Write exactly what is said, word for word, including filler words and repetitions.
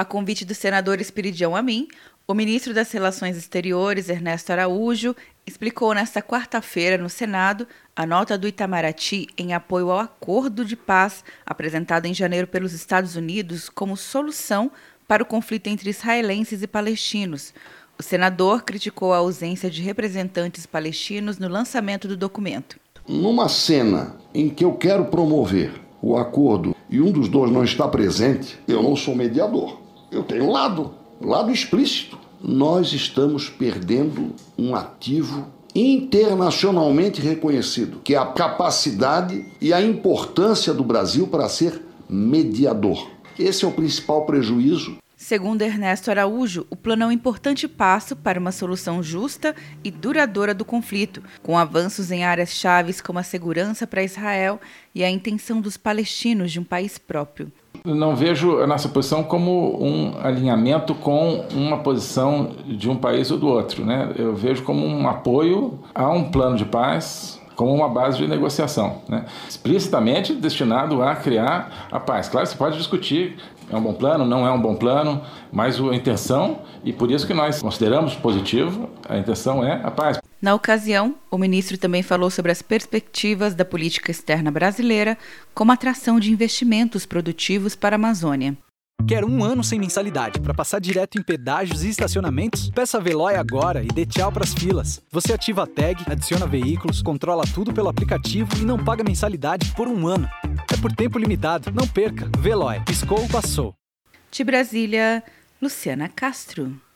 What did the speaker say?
A convite do senador Espiridião Amin, o ministro das Relações Exteriores, Ernesto Araújo, explicou nesta quarta-feira no Senado a nota do Itamaraty em apoio ao acordo de paz apresentado em janeiro pelos Estados Unidos como solução para o conflito entre israelenses e palestinos. O senador criticou a ausência de representantes palestinos no lançamento do documento. Numa cena em que eu quero promover o acordo e um dos dois não está presente, eu não sou mediador. Eu tenho um lado, um lado explícito. Nós estamos perdendo um ativo internacionalmente reconhecido, que é a capacidade e a importância do Brasil para ser mediador. Esse é o principal prejuízo. Segundo Ernesto Araújo, o plano é um importante passo para uma solução justa e duradoura do conflito, com avanços em áreas chaves como a segurança para Israel e a intenção dos palestinos de um país próprio. Eu não vejo a nossa posição como um alinhamento com uma posição de um país ou do outro, né? Eu vejo como um apoio a um plano de paz, como uma base de negociação, né? Explicitamente destinado a criar a paz. Claro, você pode discutir, é um bom plano, não é um bom plano, mas a intenção, e por isso que nós consideramos positivo, a intenção é a paz. Na ocasião, o ministro também falou sobre as perspectivas da política externa brasileira, como a atração de investimentos produtivos para a Amazônia. Quer um ano sem mensalidade para passar direto em pedágios e estacionamentos? Peça a Veloy agora e dê tchau para as filas. Você ativa a tag, adiciona veículos, controla tudo pelo aplicativo e não paga mensalidade por um ano. É por tempo limitado. Não perca. Veloy. Piscou, passou. De Brasília, Luciana Castro.